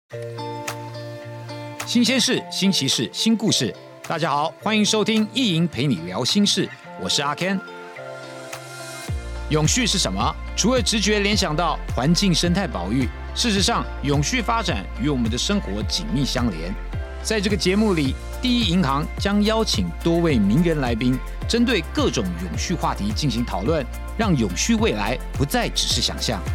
新鲜事、新奇事、新故事。大家好，欢迎收听意莹陪你聊心事，我是阿 Ken。永续是什么？除了直觉联想到环境生态保育，事实上，永续发展与我们的生活紧密相连。在这个节目里，第一银行将邀请多位名人来宾，针对各种永续话题进行讨论，让永续未来不再只是想象。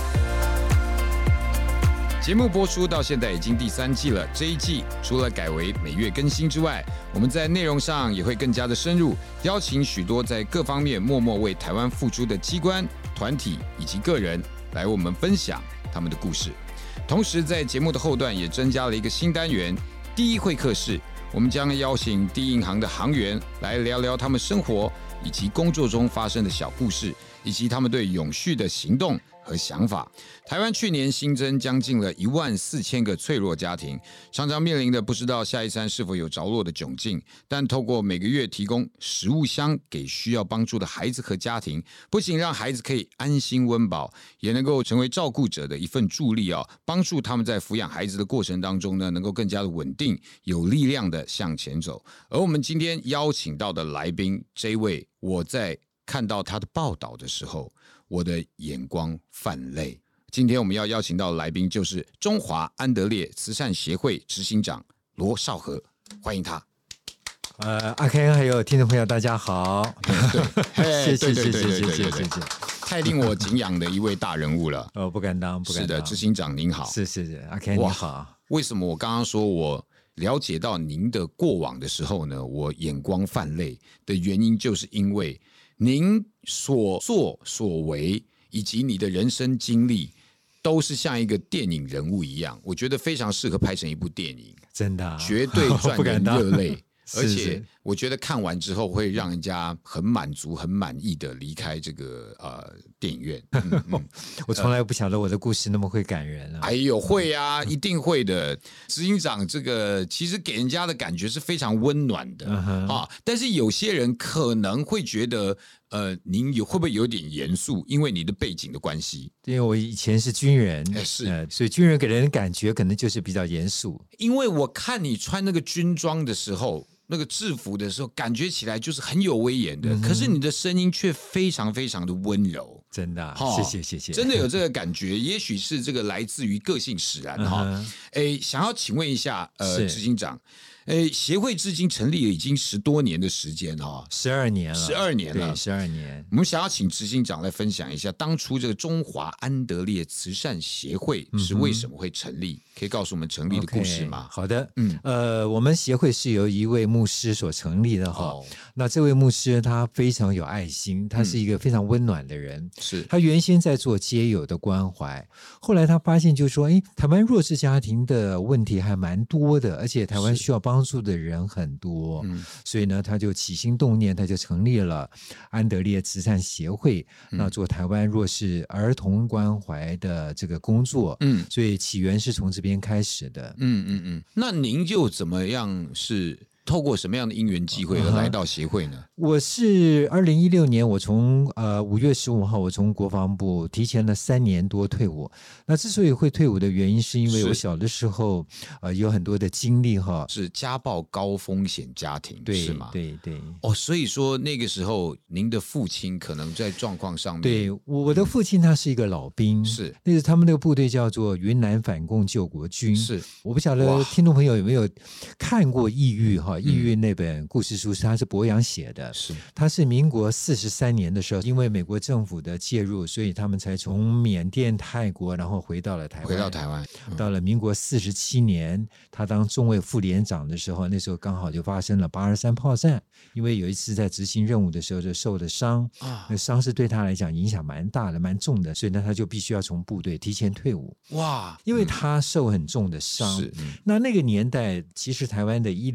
节目播出到现在已经第3季了，这一季除了改为每月更新之外，我们在内容上也会更加的深入，邀请许多在各方面默默为台湾付出的机关、团体以及个人来为我们分享他们的故事。同时在节目的后段也增加了一个新单元，第一会客室，我们将邀请第一银行的行员来聊聊他们生活以及工作中发生的小故事，以及他们对永续的行动和想法。台湾去年新增将近了14000个脆弱家庭，常常面临的不知道下一餐是否有着落的窘境。但透过每个月提供食物箱给需要帮助的孩子和家庭，不仅让孩子可以安心温饱，也能够成为照顾者的一份助力帮助他们在抚养孩子的过程当中呢，能够更加的稳定，有力量的向前走。而我们今天邀请到的来宾，这位我在看到他的报道的时候，我的眼光泛泪。今天我们要邀请到的来宾就是中华安德烈慈善协会执行长罗少和，欢迎他。 阿 Ken 还有听众朋友大家好。谢谢， 太令我敬仰的一位大人物了。 不敢当。 是的，执行长您好。 是阿 Ken 你好。 为什么我刚刚说我了解到您的过往的时候呢，我眼光泛泪的原因，就是因为您所作所为以及你的人生经历都是像一个电影人物一样，我觉得非常适合拍成一部电影。 真的绝对赚人热泪。而且我觉得看完之后会让人家很满足、很满意的离开这个电影院。 我从来不晓得我的故事那么会感人啊！ 哎呦，会啊，一定会的。执行长这个其实给人家的感觉是非常温暖的但是有些人可能会觉得您会不会有点严肃？因为你的背景的关系。 因为我以前是军人，所以军人给人的感觉可能就是比较严肃。 因为我看你穿那个军装的时候，那个制服的时候，感觉起来就是很有威严的，可是你的声音却非常非常的温柔。 真的谢谢， 真的有这个感觉。也许是这个来自于个性使然想要请问一下执行长，协会至今成立了已经10多年的时间 12年了。 12年了， 对，12年。 我们想要请执行长来分享一下，当初这个中华安德烈慈善协会是为什么会成立？可以告诉我们成立的故事吗？ 好的，我们协会是由一位牧师所成立的那这位牧师他非常有爱心，他是一个非常温暖的人。 是他原先在做街友的关怀，后来他发现就是说，台湾弱势家庭的问题还蛮多的，而且台湾需要帮助的人很多，所以呢，他就起心动念，他就成立了安德烈慈善协会，那做台湾弱势儿童关怀的这个工作。所以起源是从这边开始的。 那您就怎么样是透过什么样的因缘际会而来到协会呢？ 我是2016年，我从5月15号，我从国防部提前了3年多退伍。那之所以会退伍的原因，是因为我小的时候有很多的经历是家暴高风险家庭，是吗？ 对。 所以说那个时候您的父亲可能在状况上面， 对，我的父亲他是一个老兵， 是那是他们那个部队叫做云南反共救国军。 是， 我不晓得听众朋友有没有看过《异域》异域那本故事书，他是博洋写的。他是民国43年的时候，因为美国政府的介入，所以他们才从缅甸、泰国，然后回到了台湾。到了民国47年，他当中尉副连长的时候，那时候刚好就发生了823炮战。因为有一次在执行任务的时候就受了伤，那伤是对他来讲影响蛮大的、蛮重的，所以呢他就必须要从部队提前退伍。因为他受很重的伤。那个年代其实台湾的医疗的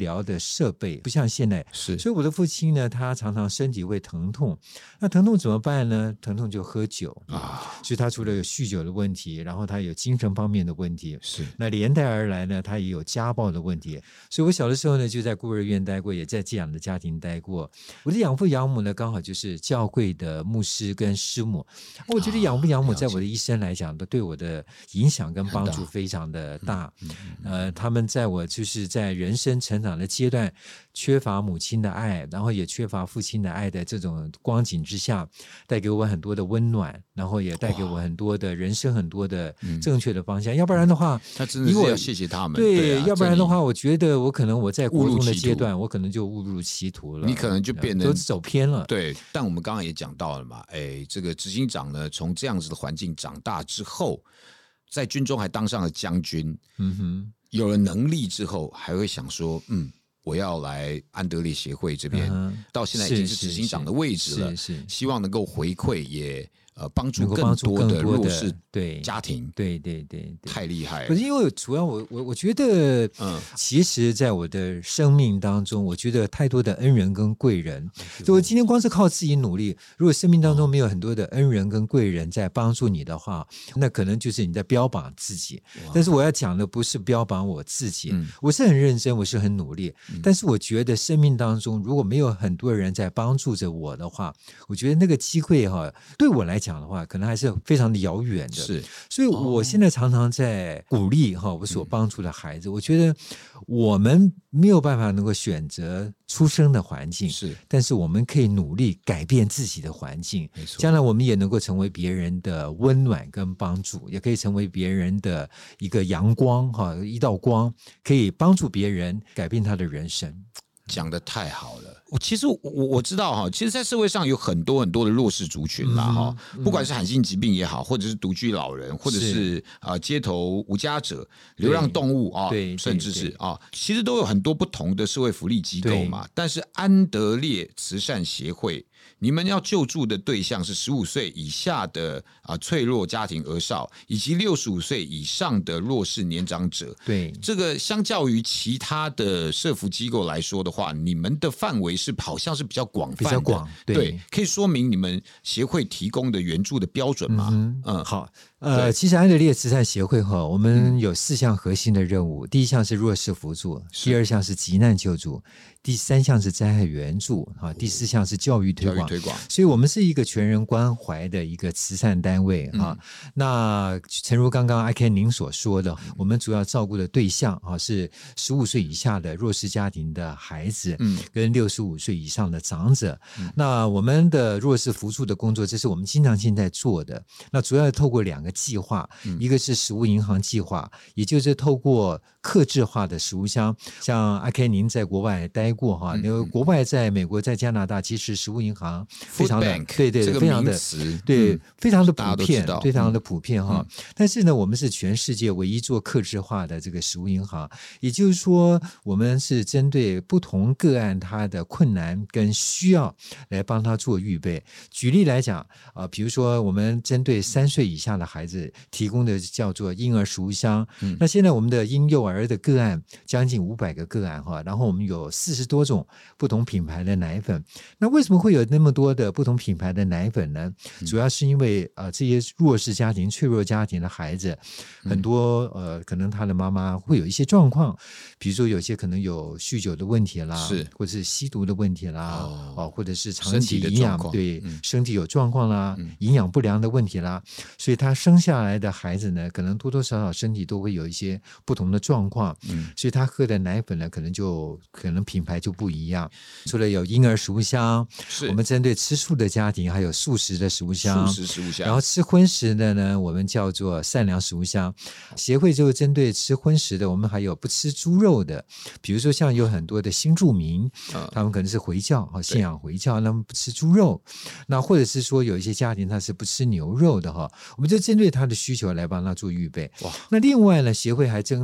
设备，不像现在。 是， 所以我的父亲呢，他常常身体会疼痛，那疼痛怎么办呢？疼痛就喝酒啊，所以他除了有酗酒的问题，然后他有精神方面的问题， 是， 那连带而来呢，他也有家暴的问题。所以我小的时候呢，就在孤儿院待过，也在寄养的家庭待过。我的养父养母呢，刚好就是教会的牧师跟师母。我觉得养父养母在我的一生来讲，都对我的影响跟帮助非常的大。他们在我就是在人生成长的阶段，缺乏母亲的爱，然后也缺乏父亲的爱的这种光景之下，带给我很多的温暖，然后也带给我很多的人生很多的正确的方向。要不然的话， 他真的是要谢谢他们。 对，要不然的话，我觉得我可能我在国中的阶段，我可能就误入歧途了， 你可能就变得都走偏了。 对，但我们刚刚也讲到了嘛，这个执行长呢，从这样子的环境长大之后，在军中还当上了将军，有了能力之后，还会想说，我要来安德烈协会这边，到现在已经是执行长的位置了，希望能够回馈也。帮助更多的弱势家庭， 对， 太厉害了。 可是因为主要我觉得，其实在我的生命当中，我觉得太多的恩人跟贵人，所以我今天光是靠自己努力，如果生命当中没有很多的恩人跟贵人在帮助你的话，那可能就是你在标榜自己。但是我要讲的不是标榜我自己，我是很认真，我是很努力，但是我觉得生命当中如果没有很多人在帮助着我的话，我觉得那个机会对我来讲的话，可能还是非常的遥远的。 是， 所以我现在常常在鼓励我所帮助的孩子，我觉得我们没有办法能够选择出生的环境， 是， 但是我们可以努力改变自己的环境， 没错， 将来我们也能够成为别人的温暖跟帮助，也可以成为别人的一个阳光一道光，可以帮助别人改变他的人生。 讲得太好了。其实我知道其实在社会上有很多很多的弱势族群啦不管是罕见疾病也好，或者是独居老人，或者是街头无家者、流浪动物甚至是其实都有很多不同的社会福利机构嘛。但是安德烈慈善协会，你们要救助的对象是15岁以下的脆弱家庭儿少，以及65岁以上的弱势年长者。 对， 这个相较于其他的社福机构来说的话，你们的范围好像是比较广泛的， 比较广， 对，可以说明你们协会提供的援助的标准吗？ 好。其实安德烈慈善协会我们有4项核心的任务。第1项是弱势扶助，第2项是急难救助，第3项是灾害援助，第4项是教育推广。所以我们是一个全人关怀的一个慈善单位那诚如刚刚阿 Ken 您所说的，我们主要照顾的对象是15岁以下的弱势家庭的孩子，跟65岁以上的长者。那我们的弱势扶助的工作，这是我们经常性在做的。那主要透过2个计划，一个是食物银行计划，也就是透过客制化的食物箱。像阿 Ken 您在国外待过国外在美国在加拿大，其实食物银行非常的对非常的非常的普遍，非常的普遍但是呢，我们是全世界唯一做客制化的这个食物银行，也就是说我们是针对不同个案他的困难跟需要来帮他做预备。举例来讲比如说我们针对3岁以下的孩子提供的叫做婴儿食物箱，那现在我们的婴幼儿的个案将近500个个案然后我们有40多种不同品牌的奶粉。那为什么会有那么多的不同品牌的奶粉呢？主要是因为这些弱势家庭、脆弱家庭的孩子很多可能他的妈妈会有一些状况，比如说有些可能有酗酒的问题啦，或者是吸毒的问题啦或者是长期营养身体有状况啦，营养不良的问题啦，所以他生下来的孩子呢，可能多多少少身体都会有一些不同的状况，所以他喝的奶粉呢，可能品牌就不一样。除了有婴儿食物箱，我们针对吃素的家庭，还有素食的食物箱，然后吃荤食的呢，我们叫做善良食物箱。协会就针对吃荤食的，我们还有不吃猪肉的，比如说像有很多的新住民，他们可能是回教信仰回教，那么不吃猪肉，那或者是说有一些家庭他是不吃牛肉的我们就针对他的需求来帮他做预备。那另外呢，协会还针对了就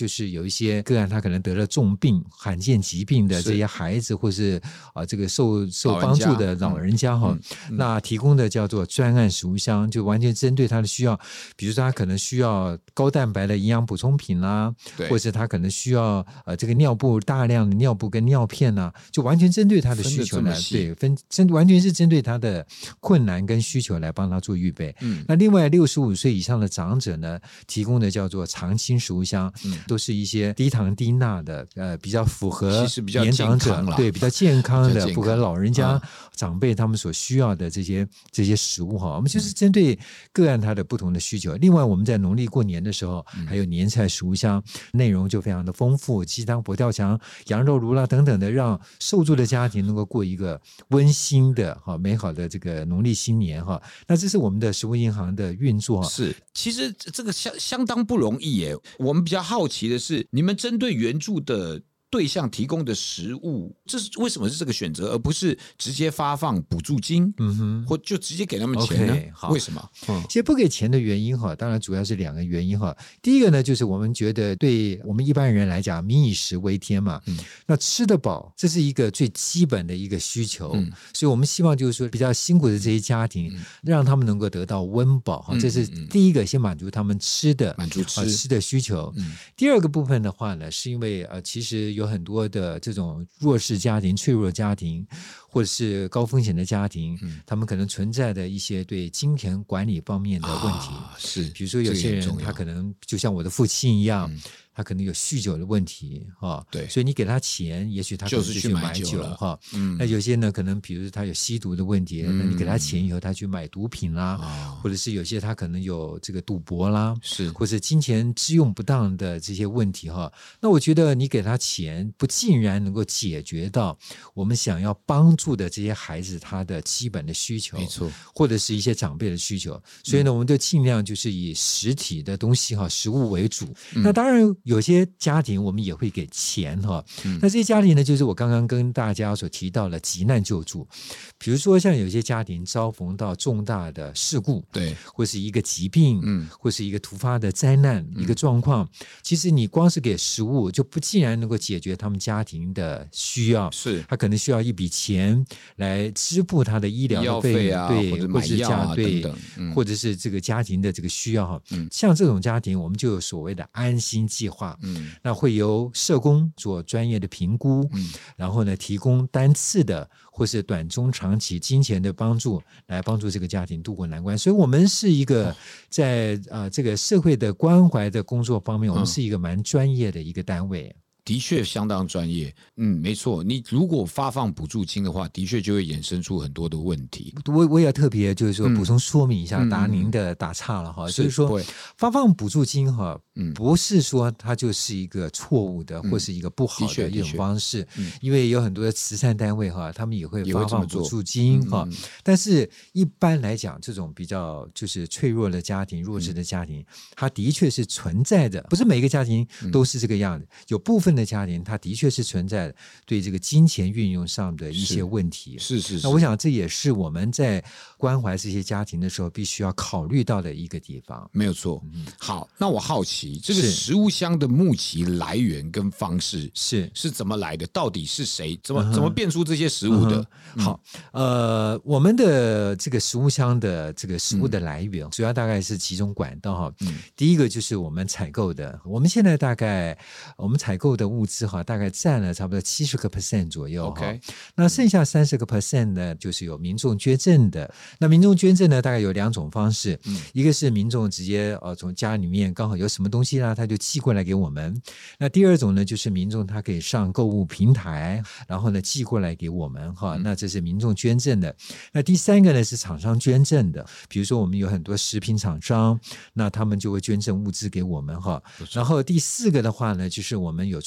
就是有一些个案他可能得了重病罕见疾病的这些孩子，或是这个受帮助的老人家那提供的叫做专案食物箱，就完全针对他的需要，比如说他可能需要高蛋白的营养补充品啦，或者他可能需要这个大量的尿布跟尿片啦，就完全针对他的需求来，对，完全是针对他的困难跟需求来帮他做预备。那另外65岁以上的长者呢，提供的叫做常青食物箱，都是一些低糖低钠的，比较符合年长者，对，比较健康的，符合老人家长辈他们所需要的这些食物我们就是针对个案他的不同的需求。另外我们在农历过年的时候，还有年菜食物箱，内容就非常的丰富，鸡汤、佛跳墙、羊肉炉啦等等的，让受助的家庭能够过一个温馨的美好的这个农历新年那这是我们的食物银行的运作。 是，其实这个相当不容易耶。我们比较好奇的是，你们针对援助的对象提供的食物，这是为什么是这个选择，而不是直接发放补助金，或就直接给他们钱呢？ Okay, 为什么？ 其实不给钱的原因当然主要是2个原因第一个呢，就是我们觉得对我们一般人来讲，民以食为天嘛，那吃得饱，这是一个最基本的一个需求，所以我们希望就是说比较辛苦的这些家庭，让他们能够得到温饱，这是第一个，先满足他们吃的需求。第二个部分的话呢，是因为其实有很多的这种弱势家庭、脆弱家庭，或者是高风险的家庭，他们可能存在的一些对金钱管理方面的问题， 是， 比如说有些人他可能就像我的父亲一样，他可能有酗酒的问题对， 所以你给他钱，也许他可能就去买酒那有些呢，可能比如他有吸毒的问题，那你给他钱以后，他去买毒品啦，或者是有些他可能有这个赌博啦， 是， 或者金钱支用不当的这些问题那我觉得你给他钱，不尽然能够解决到我们想要帮助的这些孩子他的基本的需求， 没错， 或者是一些长辈的需求，所以呢，我们就尽量就是以实体的东西食物为主。那当然有些家庭我们也会给钱那这些家庭呢，就是我刚刚跟大家所提到的急难救助，比如说像有些家庭遭逢到重大的事故， 对， 或是一个疾病，或是一个突发的灾难，一个状况，其实你光是给食物就不尽然能够解决他们家庭的需要， 是， 他可能需要一笔钱来支付他的医疗的费用，对， 或者买药等等， 或者是这个家庭的这个需要像这种家庭，我们就有所谓的安心计划，那会由社工做专业的评估，然后呢提供单次的或是短中长期金钱的帮助，来帮助这个家庭度过难关。所以我们是一个在这个社会的关怀的工作方面，我们是一个蛮专业的一个单位。 的确相当专业，没错。你如果发放补助金的话，的确就会衍生出很多的问题。 我也要特别就是说补充说明一下，答您的打岔了就是说发放补助金不是说它就是一个错误的或是一个不好的一种方式，因为有很多的慈善单位他们也会发放补助金但是一般来讲，这种比较就是脆弱的家庭、弱势的家庭，它的确是存在的，不是每个家庭都是这个样子，有部分的家庭它的确是存在对这个金钱运用上的一些问题， 是。 那我想这也是我们在关怀这些家庭的时候必须要考虑到的一个地方。 没有错。好，那我好奇这个食物箱的募集来源跟方式是怎么来的？到底是谁怎么变出这些食物的？ 好，我们的这个食物箱的这个食物的来源，主要大概是几种管道第一个就是我们采购的，我们现在大概我们采购的物资大概占了差不多70% 左右那剩下30% 呢，就是有民众捐赠的。那民众捐赠呢，大概有2种方式，一个是民众直接从家里面刚好有什么东西他就寄过来给我们。那第二种呢，就是民众他可以上购物平台，然后呢寄过来给我们那这是民众捐赠的。那第三个呢是厂商捐赠的，比如说我们有很多食品厂商，那他们就会捐赠物资给我们然后第4个的话呢，就是我们有做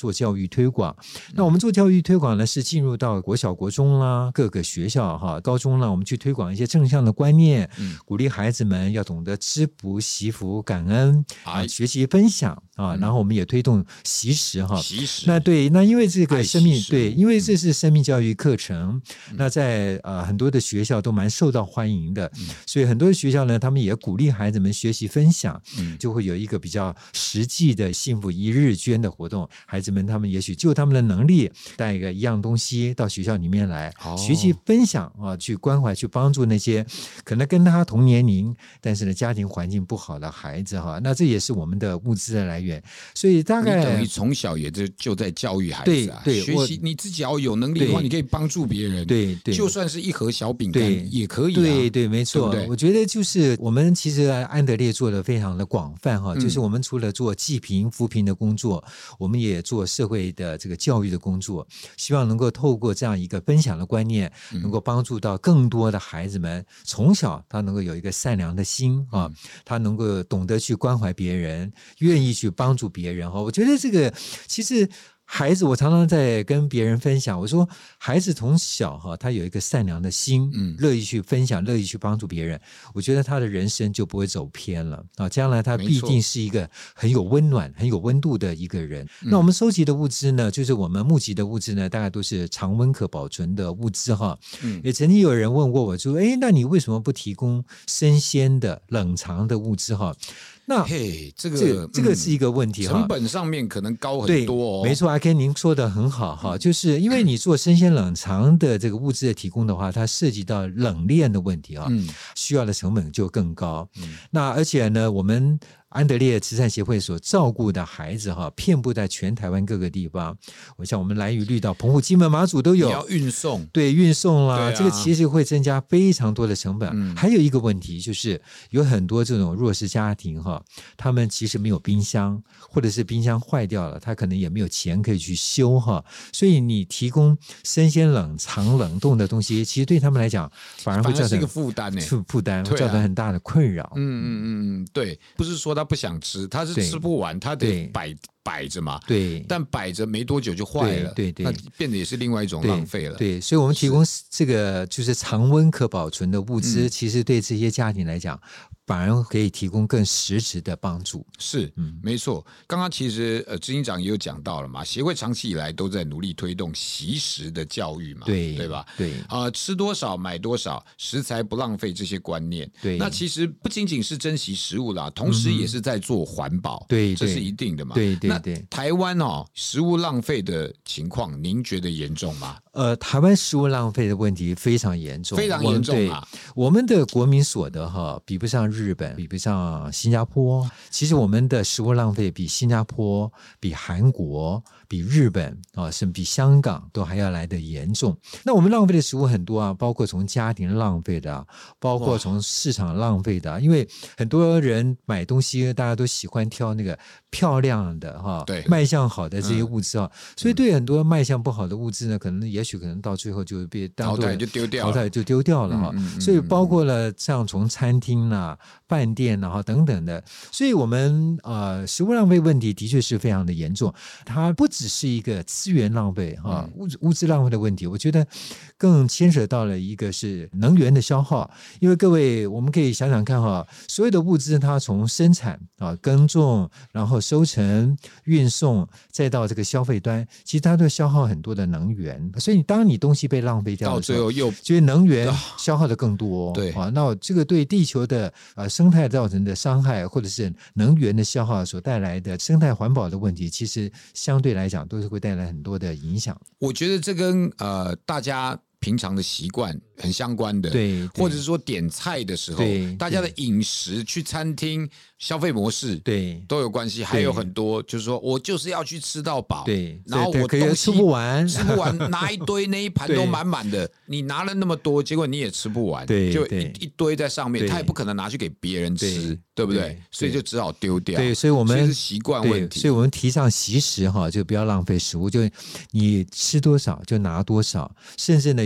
做教育推广。那我们做教育推广呢，是进入到国小国中啦，各个学校高中啦，我们去推广一些正向的观念，鼓励孩子们要懂得知福惜福感恩学习分享然后我们也推动惜食惜食。 那对，那因为这个生命对，因为这是生命教育课程，那在很多的学校都蛮受到欢迎的，所以很多的学校呢，他们也鼓励孩子们学习分享，就会有一个比较实际的幸福一日捐的活动。孩子们他们也许就他们的能力带一样东西到学校里面来学习分享去关怀去帮助那些可能跟他同年龄但是呢家庭环境不好的孩子那这也是我们的物资的来源。所以大概你等于从小也就在教育孩子对学习你自己要有能力的话，你可以帮助别人， 对， 就算是一盒小饼干也可以对，没错，对，我觉得就是我们其实安德烈做的非常的广泛就是我们除了做济贫扶贫的工作，我们也做社会的这个教育的工作，希望能够透过这样一个分享的观念，能够帮助到更多的孩子们，从小他能够有一个善良的心他能够懂得去关怀别人，愿意去帮助别人我觉得这个其实孩子，我常常在跟别人分享，我说孩子从小他有一个善良的心，乐意去分享，乐意去帮助别人，我觉得他的人生就不会走偏了将来他必定是一个很有温暖很有温度的一个人。那我们收集的物资呢，就是我们募集的物资呢，大概都是常温可保存的物资也曾经有人问过我说那你为什么不提供生鲜的冷藏的物资那这个是一个问题成本上面可能高很多没错，阿 Ken 您说的很好就是因为你做生鲜冷藏的这个物资的提供的话，它涉及到冷链的问题需要的成本就更高那而且呢，我们安德烈慈善协会所照顾的孩子遍布在全台湾各个地方，我像我们兰屿绿岛澎湖金门马祖都有， 你要运送， 对，运送啦这个其实会增加非常多的成本还有一个问题就是有很多这种弱势家庭他们其实没有冰箱，或者是冰箱坏掉了，他可能也没有钱可以去修所以你提供生鲜冷藏冷冻的东西，其实对他们来讲反而会造成一个负担会造成很大的困扰对，不是说他不想吃，他是吃不完，他得摆着嘛， 对， 但摆着没多久就坏了，对，那变得也是另外一种浪费了。 对，所以我们提供这个就是常温可保存的物资，其实对这些家庭来讲反而可以提供更实质的帮助。 是，没错。刚刚其实执行长也有讲到了嘛，协会长期以来都在努力推动惜食的教育嘛，对吧？ 对吃多少买多少，食材不浪费这些观念。 对， 那其实不仅仅是珍惜食物啦，同时也是在做环保， 对， 这是一定的嘛。 对。 那台湾食物浪费的情况，您觉得严重吗？ 台湾食物浪费的问题非常严重， 非常严重我们的国民所得比不上日本，比不上新加坡。其实我们的食物浪费比新加坡、比韩国、比日本甚至比香港都还要来得严重。那我们浪费的食物很多包括从家庭浪费的包括从市场浪费的因为很多人买东西大家都喜欢挑那个漂亮的对， 卖相好的这些物资所以对很多卖相不好的物资呢，也许可能到最后就被当作淘汰就丢掉了所以包括了像从餐厅饭店等等的，所以我们食物浪费问题的确是非常的严重。它不只是一个资源浪费物质浪费的问题，我觉得更牵扯到了一个是能源的消耗。因为各位我们可以想想看所有的物资它从生产耕种，然后收成运送，再到这个消费端，其实它都消耗很多的能源。所以当你东西被浪费掉的时候， 到最后就是能源消耗的更多对那这个对地球的生态造成的伤害，或者是能源的消耗所带来的生态环保的问题，其实相对来讲都是会带来很多的影响。 我觉得这跟大家平常的习惯很相关的， 对， 或者是说点菜的时候，大家的饮食去餐厅消费模式， 对， 都有关系。还有很多就是说我就是要去吃到饱， 对， 然后我东西吃不完， 拿一堆那一盘都满满的，你拿了那么多，结果你也吃不完， 对， 就一堆在上面，他也不可能拿去给别人吃，对不对？所以就只好丢掉。 对，所以我们是习惯问题， 所以我们提倡惜食就不要浪费食物，就你吃多少就拿多少，甚至呢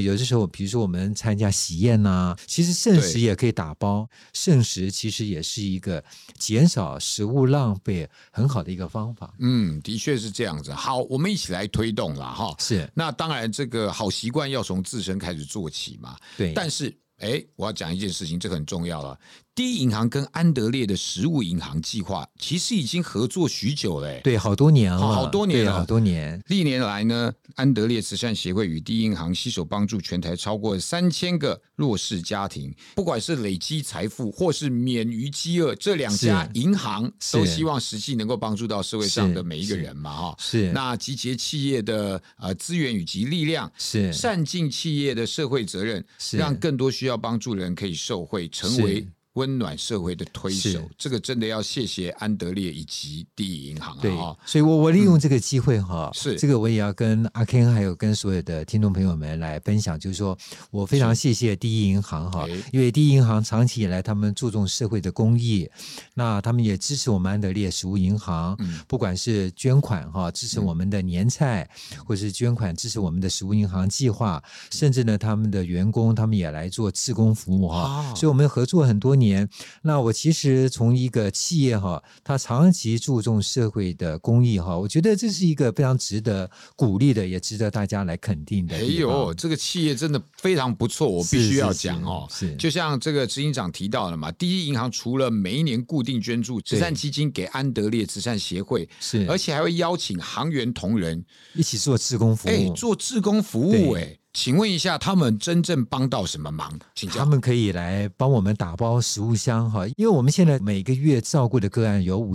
有的时候比如说我们参加喜宴啊，其实剩食也可以打包，剩食其实也是一个减少食物浪费很好的一个方法。 的确是这样子。好，我们一起来推动啦哈。 是， 那当然这个好习惯要从自身开始做起嘛。 对， 但是我要讲一件事情，这个很重要了。第一银行跟安德烈的食物银行计划其实已经合作许久了， 对，好多年了， 好多年了， 好多年。 历年来呢，安德烈慈善协会与第一银行携手帮助全台超过3000个弱势家庭，不管是累积财富或是免于饥饿，这两家银行都希望实际能够帮助到社会上的每一个人嘛，哈。 是。 那集结企业的资源以及力量， 是善尽企业的社会责任，让更多需要帮助的人可以受惠，成为温暖社会的推手。这个真的要谢谢安德烈以及第一银行。 对，所以我利用这个机会哈， 是这个我也要跟阿 Ken 还有跟所有的听众朋友们来分享，就是说我非常谢谢第一银行哈，因为第一银行长期以来他们注重社会的公益，那他们也支持我们安德烈食物银行，不管是捐款哈，支持我们的年菜，或是捐款支持我们的食物银行计划，甚至呢他们的员工他们也来做志工服务哈，所以我们合作很多年。那我其实从一个企业哈，它长期注重社会的公益哈，我觉得这是一个非常值得鼓励的，也值得大家来肯定的。 这个企业真的非常不错，我必须要讲哦。 是， 就像这个执行长提到了嘛，第一银行除了每一年固定捐助慈善基金给安德烈慈善协会， 是， 而且还会邀请行员同仁一起做志工服务， 做志工服务。请问一下，他们真正帮到什么忙？ 他们可以来帮我们打包食物箱哈，因为我们现在每个月照顾的个案有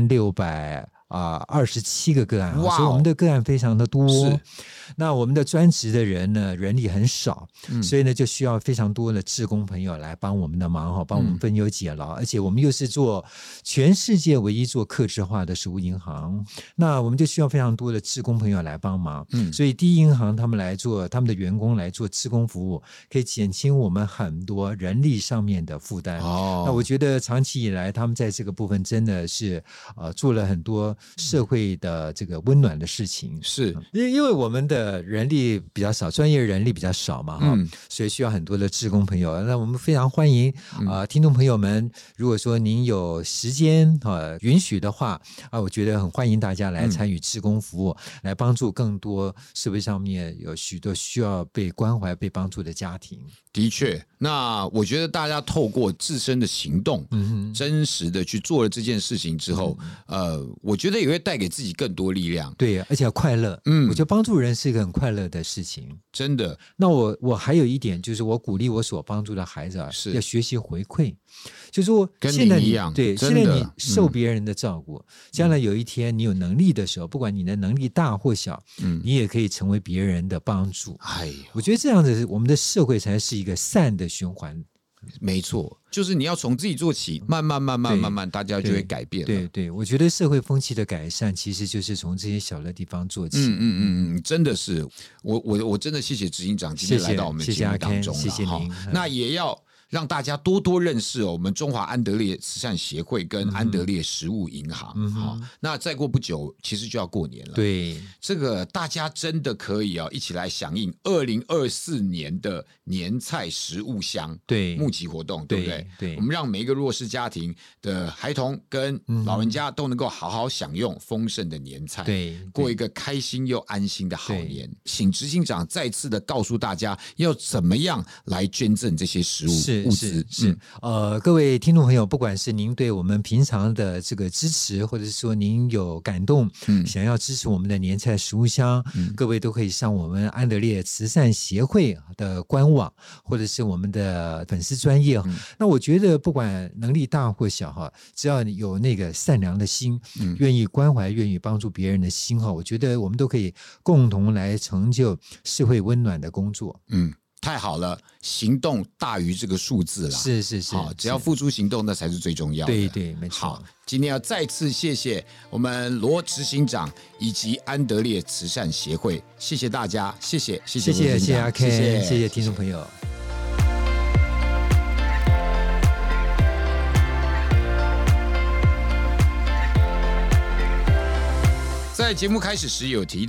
5627个个案，所以我们的个案非常的多。 是， 那我们的专职的人呢，人力很少，所以呢就需要非常多的志工朋友来帮我们的忙哈，帮我们分忧解劳。而且我们又是做全世界唯一做客制化的食物银行，那我们就需要非常多的志工朋友来帮忙。所以第一银行他们来做，他们的员工来做志工服务，可以减轻我们很多人力上面的负担。那我觉得长期以来他们在这个部分真的是做了很多社会的这个温暖的事情。 是， 因为我们的人力比较少，专业人力比较少嘛，所以需要很多的志工朋友。那我们非常欢迎听众朋友们，如果说您有时间允许的话我觉得很欢迎大家来参与志工服务，来帮助更多社会上面有许多需要被关怀被帮助的家庭。 的确，那我觉得大家透过自身的行动，真实的去做了这件事情之后，我觉得也会带给自己更多力量。 对，而且要快乐。我觉得帮助人是一个很快乐的事情， 真的。 那我还有一点就是，我鼓励我所帮助的孩子是要学习回馈，就是说现在跟你一样， 对，现在你受别人的照顾，将来有一天你有能力的时候，不管你的能力大或小，你也可以成为别人的帮助。我觉得这样子，我们的社会才是一个善的循环。 没错，就是你要从自己做起，慢慢，大家就会改变了。 对，我觉得社会风气的改善，其实就是从这些小的地方做起。 真的是，我真的谢谢执行长今天来到我们节目当中了， 谢谢您。 那也要让大家多多认识我们中华安德烈慈善协会跟安德烈食物银行。那再过不久，其实就要过年了。 对， 这个大家真的可以一起来响应2024年的年菜食物箱募集活动，对不对？ 对， 我们让每一个弱势家庭的孩童跟老人家都能够好好享用丰盛的年菜，过一个开心又安心的好年。请执行长再次的告诉大家，要怎么样来捐赠这些食物。物资是各位听众朋友，不管是您对我们平常的这个支持，或者是说您有感动，想要支持我们的年菜食物箱，各位都可以上我们安德烈慈善协会的官网，或者是我们的粉丝专页。那我觉得不管能力大或小只要有那个善良的心，愿意关怀愿意帮助别人的心我觉得我们都可以共同来成就社会温暖的工作。 太好了，行动大于这个数字啦。 是， 只要付诸行动，那才是最重要的。 对，没错。 好，今天要再次谢谢我们罗执行长以及安德烈慈善协会，谢谢大家，谢谢阿 Ken， 谢谢听众朋友。 在节目开始时有提到，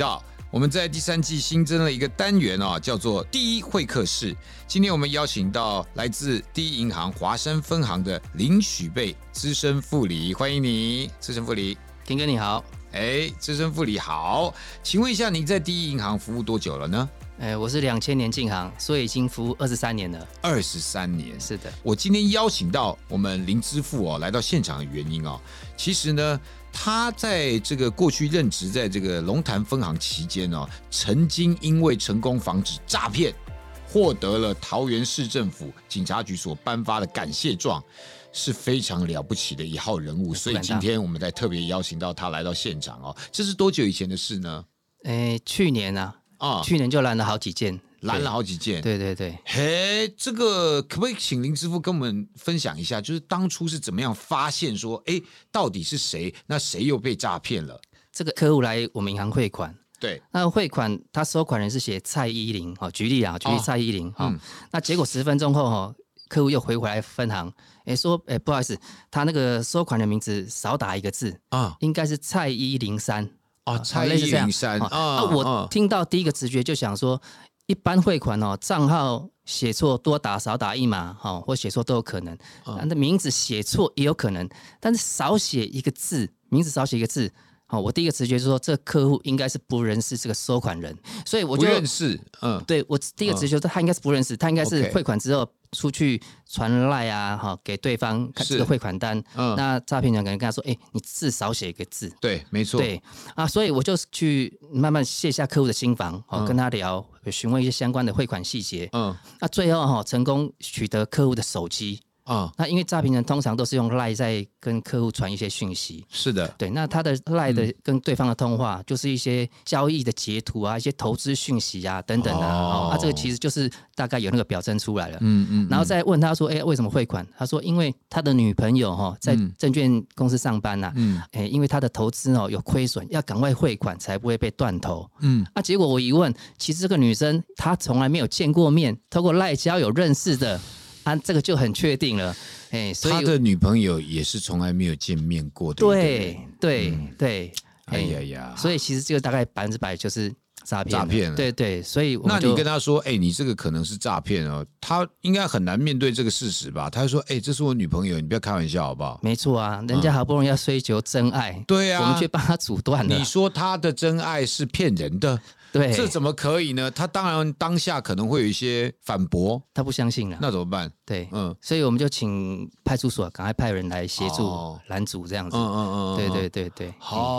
我们在第3季新增了一个单元叫做第一会客室。今天我们邀请到来自第一银行华山分行的林许贝资深副理，欢迎你，资深副理。 King哥你好。 资深副理好，请问一下您在第一银行服务多久了呢？ 我是2000年进行，所以已经服务23年了。 23年， 是的。 我今天邀请到我们林之富来到现场的原因其实呢，他在这个过去任职在这个龙潭分行期间曾经因为成功防止诈骗，获得了桃园市政府警察局所颁发的感谢状，是非常了不起的一号人物。所以今天我们再特别邀请到他来到现场这是多久以前的事呢？ 去年去年就拦了好几件。 拦了好几件， 对对对。 这个可不可以请林之富跟我们分享一下，就是当初是怎么样发现说，到底是谁？那谁又被诈骗了？ 这个客户来我们银行汇款， 对， 那汇款他收款人是写蔡依林，举例蔡依林，那结果10分钟后客户又回来分行，说不好意思，他那个收款人名字少打一个字应该是蔡依林3 蔡依林3 我听到第一个直觉就想说，一般汇款账号写错多打少打1码或写错都有可能，那名字写错也有可能，但是少写一个字，名字少写一个字，我第一个直觉就是说，这个客户应该是不认识这个收款人，所以我就不认识。 对，我第一个直觉就是他应该是不认识，他应该是汇款之后出去传赖给对方看这个汇款单，那诈骗人可能跟他说，你字少写一个字。 对，没错。 对所以我就去慢慢卸下客户的心防，跟他聊，询问一些相关的汇款细节。那最后成功取得客户的手机。那因为诈骗人通常都是用 LINE 在跟客户传一些讯息， 是的， 对。那他的 LINE 的跟对方的通话，就是一些交易的截图一些投资讯息等等这个其实就是大概有那个表征出来了。然后再问他说，为什么汇款？他说，因为他的女朋友在证券公司上班因为他的投资有亏损，要赶快汇款才不会被断头。结果我一问，其实这个女生她从来没有见过面，透过 LINE 交友认识的。这个就很确定了，所以他的女朋友也是从来没有见面过的。 对， 哎呀， 所以其实这个大概100%就是诈骗。对，所以那你跟他说，你这个可能是诈骗他应该很难面对这个事实吧？他就说，这是我女朋友，你不要开玩笑好不好？ 没错人家好不容易要追求真爱， 对我们却帮他阻断了。 你说他的真爱是骗人的？ 对， 这怎么可以呢？他当然当下可能会有一些反驳， 他不相信了， 那怎么办？ 对，所以我们就请派出所赶快派人来协助拦阻这样子。对。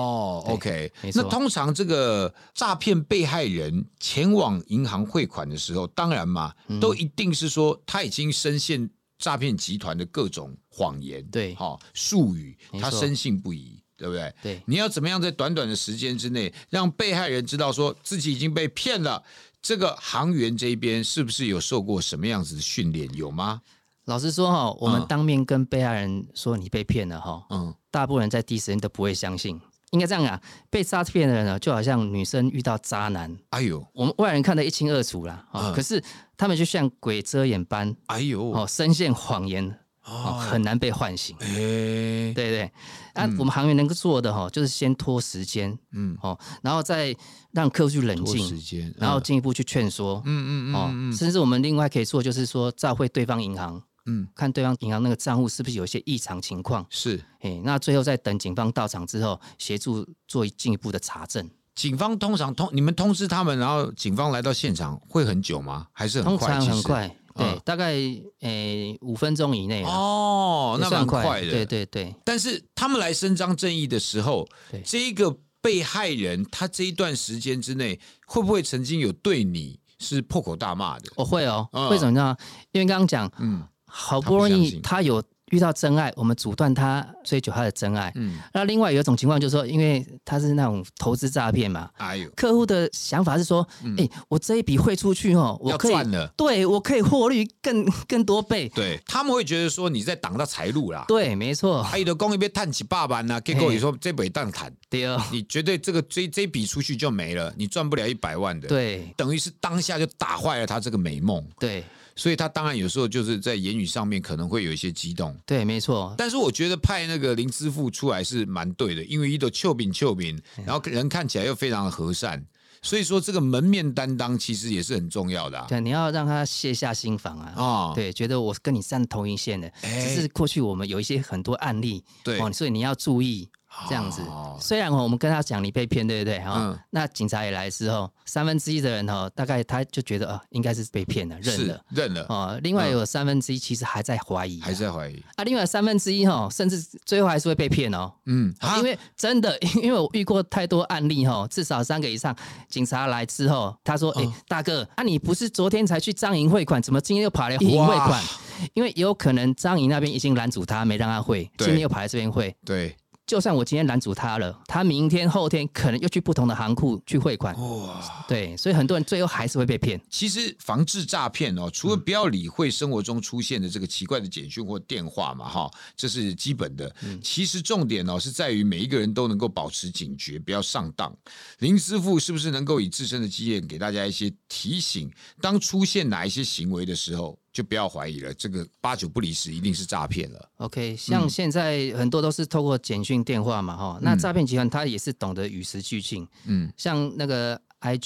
OK。那通常这个诈骗被害人前往银行汇款的时候，当然嘛，都一定是说他已经深陷诈骗集团的各种谎言， 对， 术语，他深信不疑。对不对？ 对， 你要怎么样在短短的时间之内，让被害人知道说自己已经被骗了？这个行员这一边是不是有受过什么样子的训练？有吗？ 老实说我们当面跟被害人说你被骗了大部分人在第一时间都不会相信。应该这样被诈骗的人就好像女生遇到渣男，我们外人看得一清二楚啦可是他们就像鬼遮眼般，深陷谎言。很难被唤醒。对，我们行员能够做的就是先拖时间，然后再让客户去冷静，然后进一步去劝说，甚至我们另外可以做就是说照会对方银行，看对方银行那个账户是不是有一些异常情况， 是， 那最后再等警方到场之后协助做进一步的查证。 警方通常你们通知他们，然后警方来到现场会很久吗？还是很快？ 通常很快。对，大概5分钟以内那蛮快的。 对。 但是他们来伸张正义的时候，这个被害人他这一段时间之内，会不会曾经有对你是破口大骂的？ 我会为什么呢？因为刚刚讲，好不容易他有遇到真爱，我们阻断他追求他的真爱。那另外有一种情况就是说，因为他是那种投资诈骗嘛，客户的想法是说，我这一笔汇出去我可以要赚了， 对，我可以获利更多倍。 对，他们会觉得说你在挡到财路啦。 对，没错。 他有的公一边探起8万结果你说这笔当谈， 对， 你绝对这笔出去就没了，你赚不了100万的。 对， 等于是当下就打坏了他这个美梦。 对。 所以他当然有时候就是在言语上面可能会有一些激动， 对，没错。 但是我觉得派那个林之富出来是蛮对的，因为一都丘饼，然后人看起来又非常的和善， 所以说这个门面担当其实也是很重要的对，你要让他卸下心防啊。对，觉得我跟你站同一线的，只是过去我们有一些很多案例， 对， 所以你要注意。这样子，虽然我们跟他讲你被骗，对不对？那警察也来之后，1/3的人大概他就觉得应该是被骗了，认了。另外有1/3其实还在怀疑，另外1/3甚至最后还是会被骗哦。因为真的，因为我遇过太多案例至少3个以上，警察来之后，他说：“大哥，你不是昨天才去彰营汇款，怎么今天又跑来银汇款？因为有可能彰营那边已经拦阻他，没让他汇，今天又跑来这边汇。” 对。 就算我今天拦阻他了，他明天后天可能又去不同的行库去汇款。对，所以很多人最后还是会被骗。 其实防治诈骗除了不要理会生活中出现的这个奇怪的简讯或电话嘛，这是基本的。其实重点是在于每一个人都能够保持警觉，不要上当。林师傅是不是能够以自身的经验给大家一些提醒？当出现哪一些行为的时候，就不要怀疑了，这个8、9不离10一定是诈骗了。 OK， 像现在很多都是透过简讯电话嘛，那诈骗集团他也是懂得与时俱进，像那个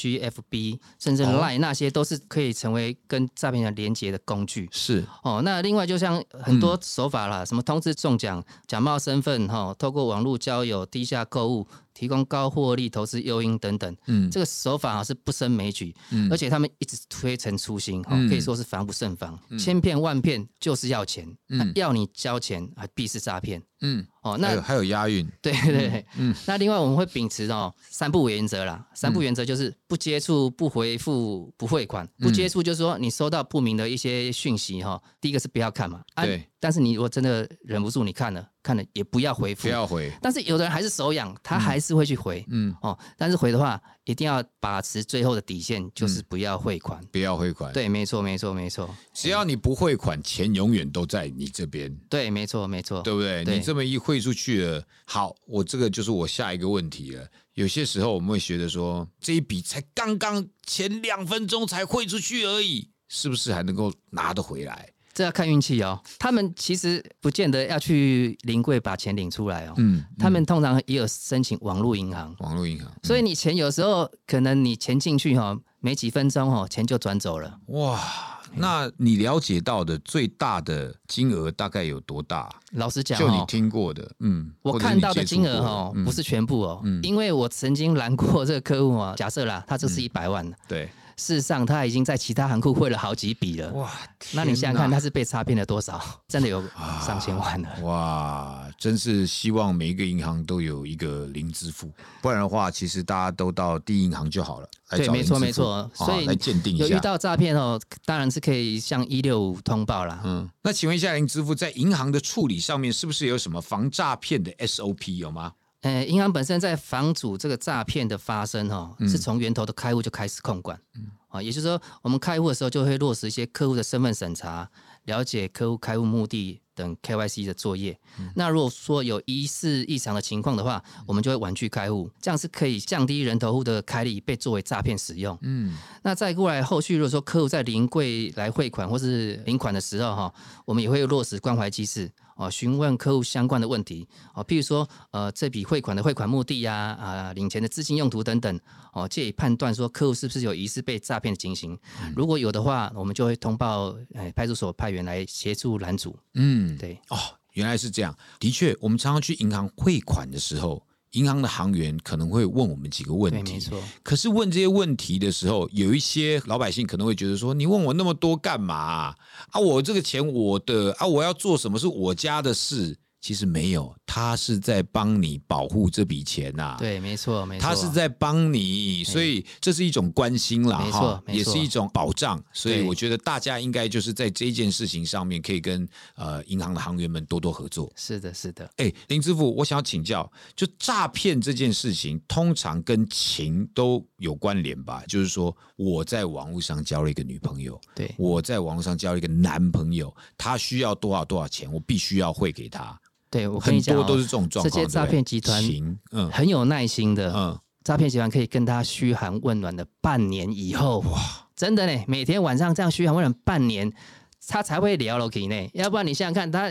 IG、FB 甚至 Line 那些都是可以成为跟诈骗人连结的工具。 是那另外就像很多手法啦，什么通知中奖、假冒身份透过网络交友、低价购物。提供高获利投资诱因等等，这个手法是不胜枚举，而且他们一直推陈出新，可以说是防不胜防，千骗万骗就是要钱，要你交钱还必是诈骗。 那还有押韵， 对对，那另外我们会秉持3不原则啦，3不原则就是不接触、不回复、不汇款。不接触就是说你收到不明的一些讯息第一个是不要看嘛， 对。 但是你如果真的忍不住，你看了也不要回复， 不要回。 但是有的人还是手痒，他还是会去回，但是回的话一定要把持最后的底线，就是不要汇款， 不要汇款。 对，没错。 只要你不汇款，钱永远都在你这边。 对，没错， 对不对？你这么一汇出去了，好，我这个就是我下一个问题了。有些时候我们会觉得说，这一笔才刚刚前2分钟才汇出去而已，是不是还能够拿得回来？ 这要看运气他们其实不见得要去临柜把钱领出来他们通常也有申请网络银行，所以你钱有时候可能你钱进去没几分钟钱就转走了。 哇，那你了解到的最大的金额大概有多大？ 老实讲就你听过的， 我看到的金额不是全部因为我曾经拦过这个客户假设啦，他就是100万， 对。 事实上，他已经在其他行库汇了好几笔了。哇！那你想想看，他是被诈骗了多少？真的有上千万了。 哇！真是希望每一个银行都有一个零支付，不然的话，其实大家都到第一银行就好了。 对，没错。所以来鉴定一下， 有遇到诈骗当然是可以向165通报啦。 那请问一下，零支付在银行的处理上面，是不是有什么防诈骗的 SOP 有吗？ 银行本身在防阻这个诈骗的发生是从源头的开户就开始控管。也就是说，我们开户的时候就会落实一些客户的身份审查，了解客户开户目的等 KYC 的作业。那如果说有疑似异常的情况的话，我们就会婉拒开户，这样是可以降低人头户的开立被作为诈骗使用。那再过来后续，如果说客户在临柜来汇款或是领款的时候我们也会落实关怀机制。询问客户相关的问题譬如说这笔汇款的汇款目的领钱的资金用途等等借以判断说客户是不是有疑似被诈骗的情形。如果有的话，我们就会通报派出所派员来协助拦阻。对原来是这样。的确，我们常常去银行汇款的时候，银行的行员可能会问我们几个问题， 对，没错。 可是问这些问题的时候，有一些老百姓可能会觉得说：“你问我那么多干嘛我这个钱我的我要做什么是我家的事。”其实没有，他是在帮你保护这笔钱对，没错， 他是在帮你，所以这是一种关心啦， 没错， 也是一种保障。所以我觉得大家应该就是在这件事情上面，可以跟银行的行员们多多合作。 是的，是的。 林支付，我想要请教，就诈骗这件事情，通常跟情都有关联吧？就是说，我在网络上交了一个女朋友， 对， 我在网络上交了一个男朋友，他需要多少钱，我必须要汇给他。 对，我跟你讲， 很多都是这种状况。 这些诈骗集团很有耐心的，诈骗集团可以跟他嘘寒问暖的半年以后，哇，真的呢，每天晚上这样嘘寒问暖半年，他才会聊了给呢。要不然你想想看，他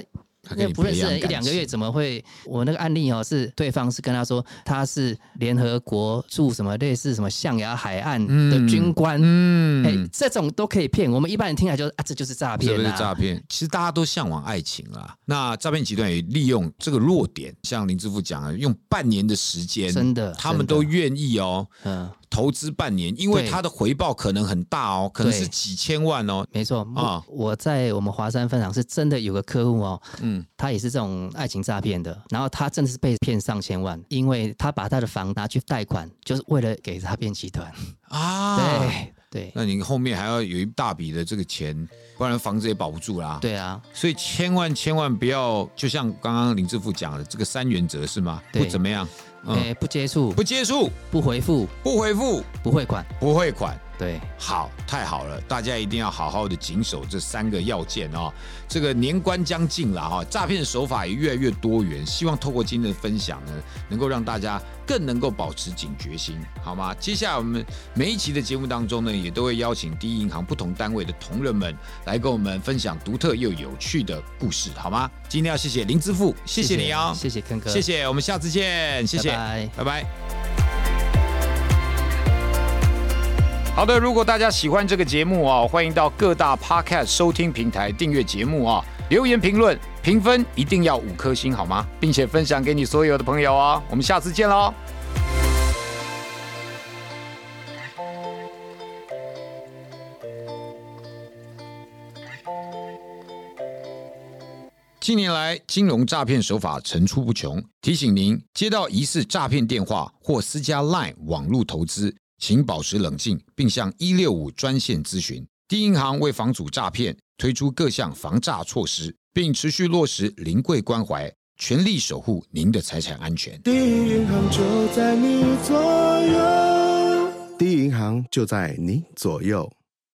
那不认识人1-2个月怎么会？我那个案例是对方是跟他说他是联合国驻什么类似什么象牙海岸的军官，这种都可以骗。我们一般人听来就是这就是诈骗， 这是诈骗。其实大家都向往爱情啦，那诈骗集团也利用这个弱点，像林志富讲的，用半年的时间， 真的他们都愿意投资半年，因为他的回报可能很大哦，可能是几千万哦。 没错我在我们华山分厂是真的有个客户他也是这种爱情诈骗的，然后他真的是被骗上千万，因为他把他的房拿去贷款，就是为了给诈骗集团对， 那你后面还要有一大笔的这个钱，不然房子也保不住啦。 对啊， 所以千万不要，就像刚刚林志富讲的这个3原则是吗？不怎么样。 不接触，不回复，不汇款。对， 好，太好了，大家一定要好好的谨守这3个要件哦。这个年关将近了诈骗手法也越来越多元，希望透过今天的分享呢，能够让大家更能够保持警觉心，好吗？接下来我们每一期的节目当中呢，也都会邀请第一银行不同单位的同仁们来跟我们分享独特又有趣的故事，好吗？今天要谢谢林志富，谢谢你哦， 谢谢坑哥， 谢谢，我们下次见，谢谢，拜拜。好的，如果大家喜欢这个节目欢迎到各大 Podcast 收听平台订阅节目留言评论评分一定要5颗星好吗？并且分享给你所有的朋友我们下次见咯。近年来，金融诈骗手法层出不穷，提醒您接到疑似诈骗电话或私家 LINE 网络投资，请保持冷静，并向165专线咨询。第一银行为防阻诈骗，推出各项防诈措施，并持续落实临柜关怀，全力守护您的财产安全。 第一银行就在你左右，第一银行就在你左右。